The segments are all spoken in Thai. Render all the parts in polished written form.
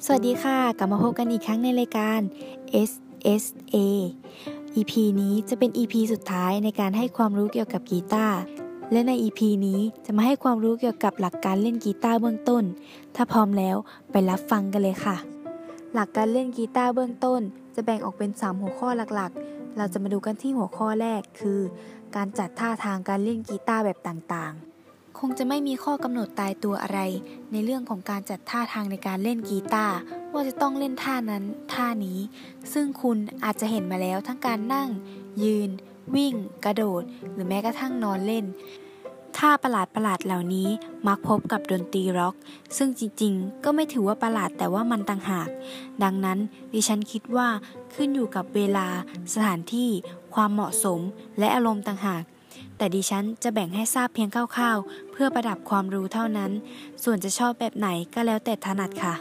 สวัสดีค่ะกลับมาพบกันอีกครั้งในรายการ SSA EP นี้จะเป็น EP สุดท้ายในการให้ความรู้เกี่ยวกับกีตาร์และใน EP นี้จะมาให้ความรู้เกี่ยวกับหลักการเล่นกีตาร์เบื้องต้นถ้าพร้อมแล้วไปรับฟังกันเลยค่ะหลักการเล่นกีตาร์เบื้องต้นจะแบ่งออกเป็น3หัวข้อหลักๆเราจะมาดูกันที่หัวข้อแรกคือการจัดท่าทางการเล่นกีตาร์แบบต่างๆคงจะไม่มีข้อกำหนดตายตัวอะไรในเรื่องของการจัดท่าทางในการเล่นกีตาร์ว่าจะต้องเล่นท่านั้นท่านี้ซึ่งคุณอาจจะเห็นมาแล้วทั้งการนั่งยืนวิ่งกระโดดหรือแม้กระทั่งนอนเล่นท่าประหลาดเหล่านี้มักพบกับดนตรีร็อกซึ่งจริงๆก็ไม่ถือว่าประหลาดแต่ว่ามันต่างหากดังนั้นดิฉันคิดว่าขึ้นอยู่กับเวลาสถานที่ความเหมาะสมและอารมณ์ต่างหากแต่ดิฉันจะแบ่งให้ทราบเพียงคร่าวๆเพื่อประดับความรู้เท่านั้นส่วนจะชอบแบบไหนก็แล้วแต่ถนัดค่ะ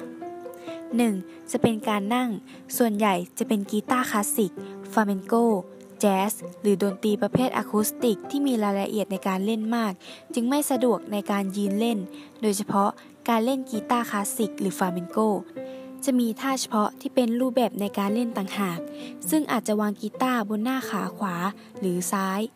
1. จะเป็นการนั่งส่วนใหญ่จะเป็นกีตาร์คลาสสิกฟลาเมนโกแจ๊สหรือดนตรีประเภทอะคูสติกที่มีรายละเอียดในการเล่นมากจึงไม่สะดวกในการยืนเล่นโดยเฉพาะการเล่นกีตาร์คลาสสิกหรือฟลาเมนโกจะมีท่าเฉพาะที่เป็นรูปแบบในการเล่นต่างหากซึ่งอาจจะวางกีตาร์บนหน้าขาขวาหรือซ้าย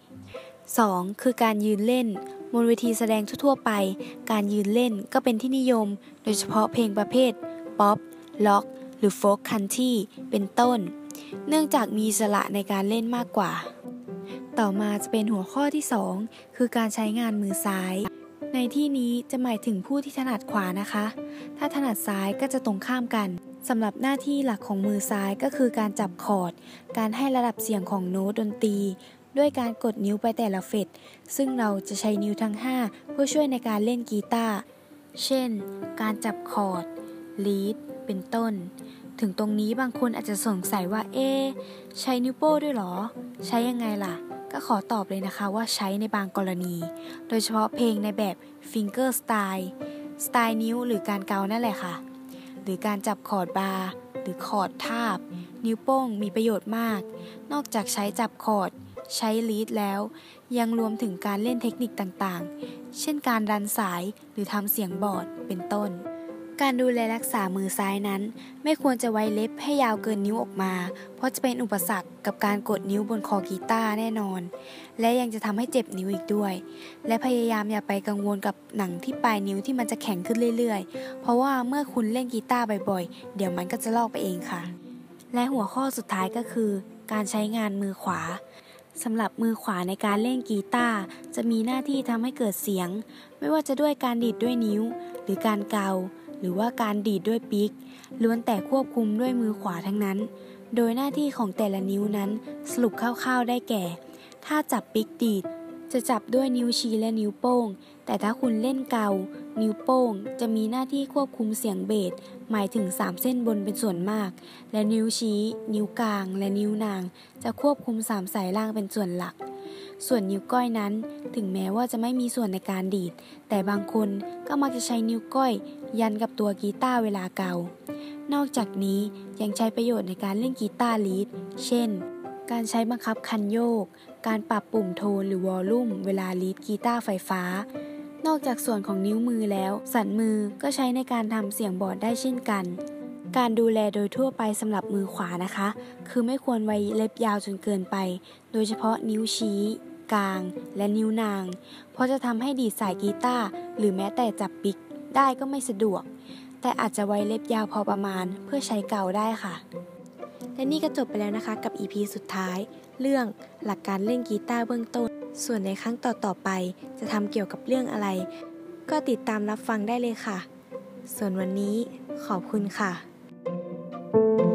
2. คือการยืนเล่นบนเวทีแสดงทั่วไปการยืนเล่นก็เป็นที่นิยมโดยเฉพาะเพลงประเภทป๊อปล็อกหรือโฟล์คคันทรีเป็นต้นเนื่องจากมีอิสระในการเล่นมากกว่าต่อมาจะเป็นหัวข้อที่2คือการใช้งานมือซ้ายในที่นี้จะหมายถึงผู้ที่ถนัดขวานะคะถ้าถนัดซ้ายก็จะตรงข้ามกันสำหรับหน้าที่หลักของมือซ้ายก็คือการจับคอร์ดการให้ระดับเสียงของโน้ตดนตรีด้วยการกดนิ้วไปแต่ละเฟรตซึ่งเราจะใช้นิ้วทั้ง5เพื่อช่วยในการเล่นกีตาร์เช่นการจับคอร์ดลีดเป็นต้นถึงตรงนี้บางคนอาจจะสงสัยว่าใช้นิ้วโป้ด้วยหรอใช้ยังไงล่ะก็ขอตอบเลยนะคะว่าใช้ในบางกรณีโดยเฉพาะเพลงในแบบฟิงเกอร์สไตล์นิ้วหรือการเกานั่นแหละค่ะหรือการจับคอร์ดบาร์หรือคอร์ดทาบนิ้วโป้งมีประโยชน์มากนอกจากใช้จับคอร์ดใช้ลีดแล้วยังรวมถึงการเล่นเทคนิคต่างๆเช่นการดันสายหรือทำเสียงบอร์ดเป็นต้นการดูแลรักษามือซ้ายนั้นไม่ควรจะไว้เล็บให้ยาวเกินนิ้วออกมาเพราะจะเป็นอุปสรรคกับการกดนิ้วบนคอกีตาร์แน่นอนและยังจะทำให้เจ็บนิ้วอีกด้วยและพยายามอย่าไปกังวลกับหนังที่ปลายนิ้วที่มันจะแข็งขึ้นเรื่อยๆเพราะว่าเมื่อคุณเล่นกีตาร์บ่อยๆเดี๋ยวมันก็จะลอกไปเองค่ะและหัวข้อสุดท้ายก็คือการใช้งานมือขวาสำหรับมือขวาในการเล่นกีตาร์จะมีหน้าที่ทำให้เกิดเสียงไม่ว่าจะด้วยการดีดด้วยนิ้วหรือการเกาหรือว่าการดีดด้วยปิกล้วนแต่ควบคุมด้วยมือขวาทั้งนั้นโดยหน้าที่ของแต่ละนิ้วนั้นสรุปคร่าวๆได้แก่ถ้าจับปิกดีดจะจับด้วยนิ้วชี้และนิ้วโป้งแต่ถ้าคุณเล่นเกานิ้วโป้งจะมีหน้าที่ควบคุมเสียงเบสหมายถึง3เส้นบนเป็นส่วนมากและนิ้วชี้นิ้วกลางและนิ้วนางจะควบคุม3สายล่างเป็นส่วนหลักส่วนนิ้วก้อยนั้นถึงแม้ว่าจะไม่มีส่วนในการดีดแต่บางคนก็มักจะใช้นิ้วก้อยยันกับตัวกีตาร์เวลาเกานอกจากนี้ยังใช้ประโยชน์ในการเล่นกีตาร์ลีดเช่นการใช้บังคับคันโยกการปรับปุ่มโทนหรือวอลลุ่มเวลาลีดกีตาร์ไฟฟ้านอกจากส่วนของนิ้วมือแล้วสันมือก็ใช้ในการทำเสียงบอร์ดได้เช่นกันการดูแลโดยทั่วไปสำหรับมือขวานะคะคือไม่ควรไว้เล็บยาวจนเกินไปโดยเฉพาะนิ้วชี้กลางและนิ้วนางเพราะจะทำให้ดีดสายกีตาร์หรือแม้แต่จับปิกได้ก็ไม่สะดวกแต่อาจจะไว้เล็บยาวพอประมาณเพื่อใช้เกาได้ค่ะและนี่ก็จบไปแล้วนะคะกับ EP สุดท้ายเรื่องหลักการเล่นกีตาร์เบื้องต้นส่วนในครั้งต่อไปจะทำเกี่ยวกับเรื่องอะไรก็ติดตามรับฟังได้เลยค่ะส่วนวันนี้ขอบคุณค่ะ